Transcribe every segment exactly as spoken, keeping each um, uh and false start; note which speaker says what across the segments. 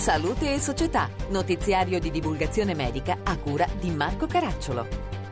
Speaker 1: Salute e Società, notiziario di divulgazione medica a cura di Marco Caracciolo.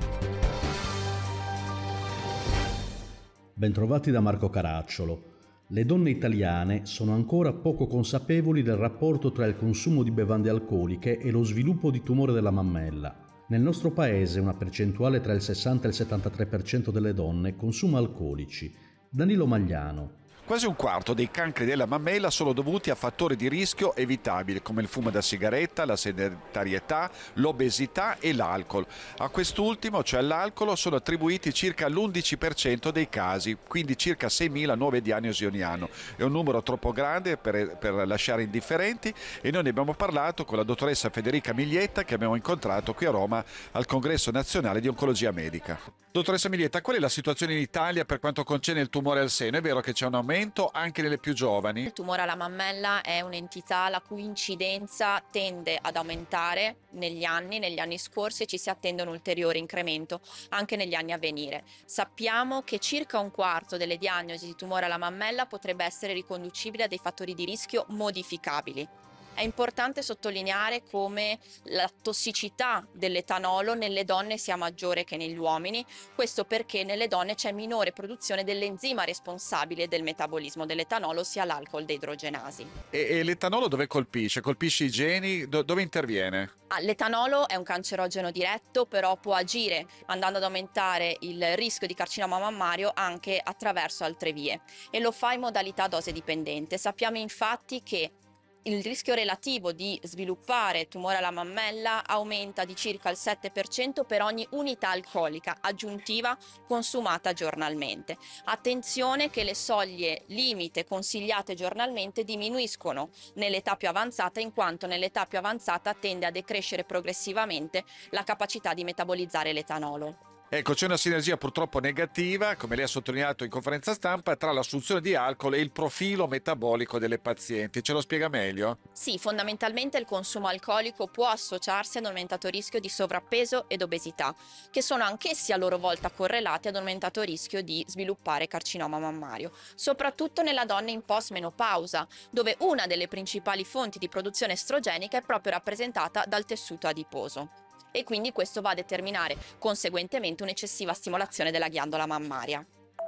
Speaker 2: Bentrovati da Marco Caracciolo. Le donne italiane sono ancora poco consapevoli del rapporto tra il consumo di bevande alcoliche e lo sviluppo di tumore della mammella. Nel nostro paese una percentuale tra il sessanta e il settantatré per cento delle donne consuma alcolici. Danilo Magliano.
Speaker 3: Quasi un quarto dei cancri della mammella sono dovuti a fattori di rischio evitabili come il fumo da sigaretta, la sedentarietà, l'obesità e l'alcol. A quest'ultimo, cioè all'alcol, sono attribuiti circa l'undici per cento dei casi, quindi circa seimila nuove diagnosi ogni anno. È un numero troppo grande per, per lasciare indifferenti e noi ne abbiamo parlato con la dottoressa Federica Miglietta che abbiamo incontrato qui a Roma al Congresso Nazionale di Oncologia Medica. Dottoressa Miglietta, qual è la situazione in Italia per quanto concerne il tumore al seno? È vero che c'è un aumento anche nelle più giovani?
Speaker 4: Il tumore alla mammella è un'entità la cui incidenza tende ad aumentare negli anni, negli anni scorsi, e ci si attende un ulteriore incremento anche negli anni a venire. Sappiamo che circa un quarto delle diagnosi di tumore alla mammella potrebbe essere riconducibile a dei fattori di rischio modificabili. È importante sottolineare come la tossicità dell'etanolo nelle donne sia maggiore che negli uomini, questo perché nelle donne c'è minore produzione dell'enzima responsabile del metabolismo dell'etanolo, ossia l'alcol deidrogenasi.
Speaker 3: E, e l'etanolo dove colpisce? Colpisce i geni? Do, dove interviene?
Speaker 4: Ah, l'etanolo è un cancerogeno diretto, però può agire andando ad aumentare il rischio di carcinoma mammario anche attraverso altre vie e lo fa in modalità dose dipendente. Sappiamo infatti che il rischio relativo di sviluppare tumore alla mammella aumenta di circa il sette per cento per ogni unità alcolica aggiuntiva consumata giornalmente. Attenzione che le soglie limite consigliate giornalmente diminuiscono nell'età più avanzata, in quanto nell'età più avanzata tende a decrescere progressivamente la capacità di metabolizzare l'etanolo.
Speaker 3: Ecco, c'è una sinergia purtroppo negativa, come lei ha sottolineato in conferenza stampa, tra l'assunzione di alcol e il profilo metabolico delle pazienti. Ce lo spiega meglio?
Speaker 4: Sì, fondamentalmente il consumo alcolico può associarsi ad un aumentato rischio di sovrappeso ed obesità, che sono anch'essi a loro volta correlati ad un aumentato rischio di sviluppare carcinoma mammario, soprattutto nella donna in post-menopausa, dove una delle principali fonti di produzione estrogenica è proprio rappresentata dal tessuto adiposo. E quindi questo va a determinare conseguentemente un'eccessiva stimolazione della ghiandola mammaria.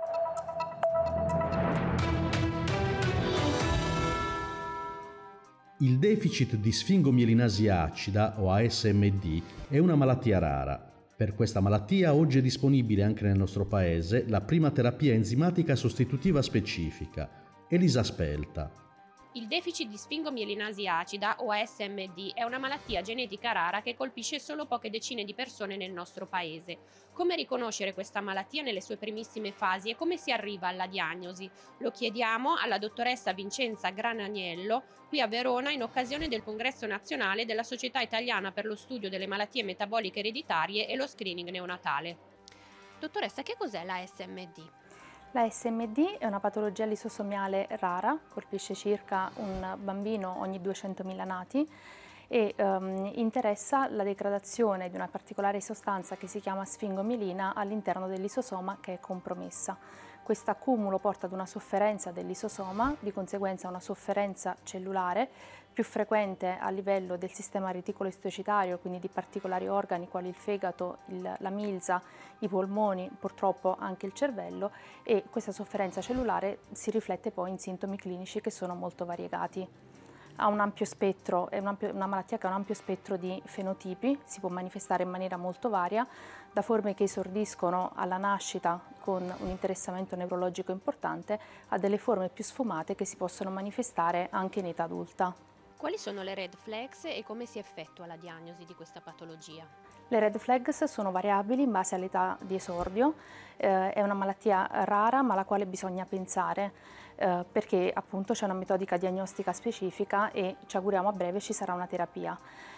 Speaker 2: Il deficit di sfingomielinasi acida o A S M D è una malattia rara. Per questa malattia oggi è disponibile anche nel nostro paese la prima terapia enzimatica sostitutiva specifica, Elisaspelta.
Speaker 5: Il deficit di sfingomielinasi acida o A S M D è una malattia genetica rara che colpisce solo poche decine di persone nel nostro paese. Come riconoscere questa malattia nelle sue primissime fasi e come si arriva alla diagnosi? Lo chiediamo alla dottoressa Vincenza Granagnello qui a Verona in occasione del Congresso Nazionale della Società Italiana per lo Studio delle Malattie Metaboliche Ereditarie e lo Screening Neonatale. Dottoressa, che cos'è l'A S M D?
Speaker 6: La A S M D è una patologia lisosomiale rara, colpisce circa un bambino ogni duecentomila nati e um, interessa la degradazione di una particolare sostanza che si chiama sfingomielina all'interno del lisosoma che è compromessa. Questo accumulo porta ad una sofferenza del lisosoma, di conseguenza una sofferenza cellulare più frequente a livello del sistema reticolo-istocitario, quindi di particolari organi quali il fegato, il, la milza, i polmoni, purtroppo anche il cervello, e questa sofferenza cellulare si riflette poi in sintomi clinici che sono molto variegati. Ha un ampio spettro, è un ampio, una malattia che ha un ampio spettro di fenotipi, si può manifestare in maniera molto varia, da forme che esordiscono alla nascita con un interessamento neurologico importante a delle forme più sfumate che si possono manifestare anche in età adulta.
Speaker 5: Quali sono le red flags e come si effettua la diagnosi di questa patologia?
Speaker 6: Le red flags sono variabili in base all'età di esordio, eh, è una malattia rara ma alla quale bisogna pensare eh, perché appunto c'è una metodica diagnostica specifica e ci auguriamo a breve ci sarà una terapia.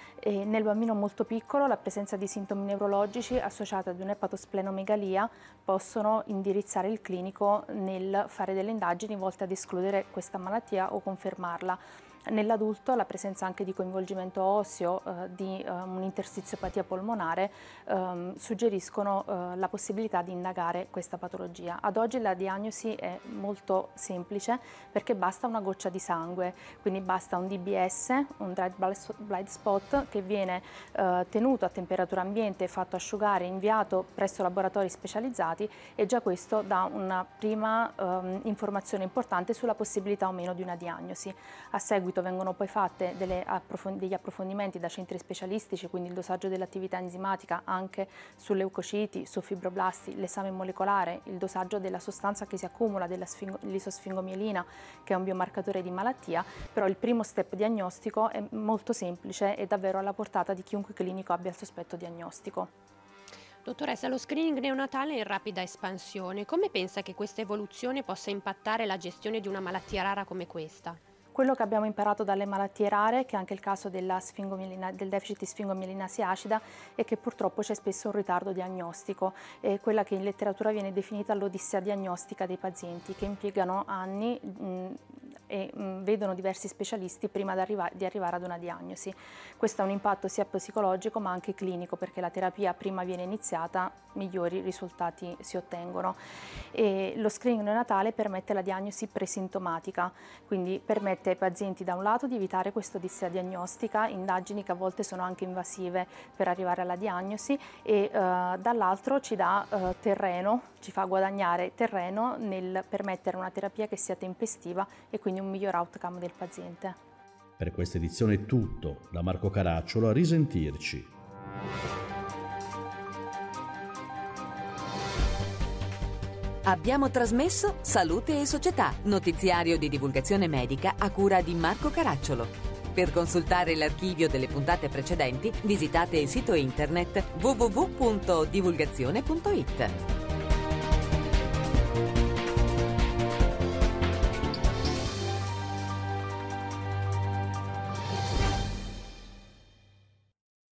Speaker 6: E nel bambino molto piccolo la presenza di sintomi neurologici associati ad un'epatosplenomegalia possono indirizzare il clinico nel fare delle indagini volte ad escludere questa malattia o confermarla. Nell'adulto la presenza anche di coinvolgimento osseo, eh, di eh, un'intersiziopatia polmonare eh, suggeriscono eh, la possibilità di indagare questa patologia. Ad oggi la diagnosi è molto semplice perché basta una goccia di sangue, quindi basta un D B S, un dried blood spot, che viene eh, tenuto a temperatura ambiente, fatto asciugare, inviato presso laboratori specializzati, e già questo dà una prima eh, informazione importante sulla possibilità o meno di una diagnosi. A seguito vengono poi fatte delle approfond- degli approfondimenti da centri specialistici, quindi il dosaggio dell'attività enzimatica anche su leucociti, su fibroblasti, l'esame molecolare, il dosaggio della sostanza che si accumula, dell'isosfingomielina, che è un biomarcatore di malattia, però il primo step diagnostico è molto semplice e davvero alla portata di chiunque clinico abbia il sospetto diagnostico.
Speaker 5: Dottoressa, lo screening neonatale è in rapida espansione. Come pensa che questa evoluzione possa impattare la gestione di una malattia rara come questa?
Speaker 6: Quello che abbiamo imparato dalle malattie rare, che è anche il caso della del deficit di sfingomielinasi acida, è che purtroppo c'è spesso un ritardo diagnostico, è quella che in letteratura viene definita l'odissea diagnostica dei pazienti, che impiegano anni mh, e mh, vedono diversi specialisti prima di, arriva di arrivare ad una diagnosi. Questo ha un impatto sia psicologico ma anche clinico, perché la terapia prima viene iniziata, migliori risultati si ottengono. E lo screening neonatale permette la diagnosi presintomatica, quindi permette ai pazienti da un lato di evitare questa odissea diagnostica, indagini che a volte sono anche invasive per arrivare alla diagnosi, e eh, dall'altro ci dà eh, terreno, ci fa guadagnare terreno nel permettere una terapia che sia tempestiva e quindi un miglior outcome del paziente.
Speaker 2: Per questa edizione è tutto. Da Marco Caracciolo, a risentirci.
Speaker 1: Abbiamo trasmesso Salute e Società, notiziario di divulgazione medica a cura di Marco Caracciolo. Per consultare l'archivio delle puntate precedenti, visitate il sito internet w w w punto divulgazione punto it.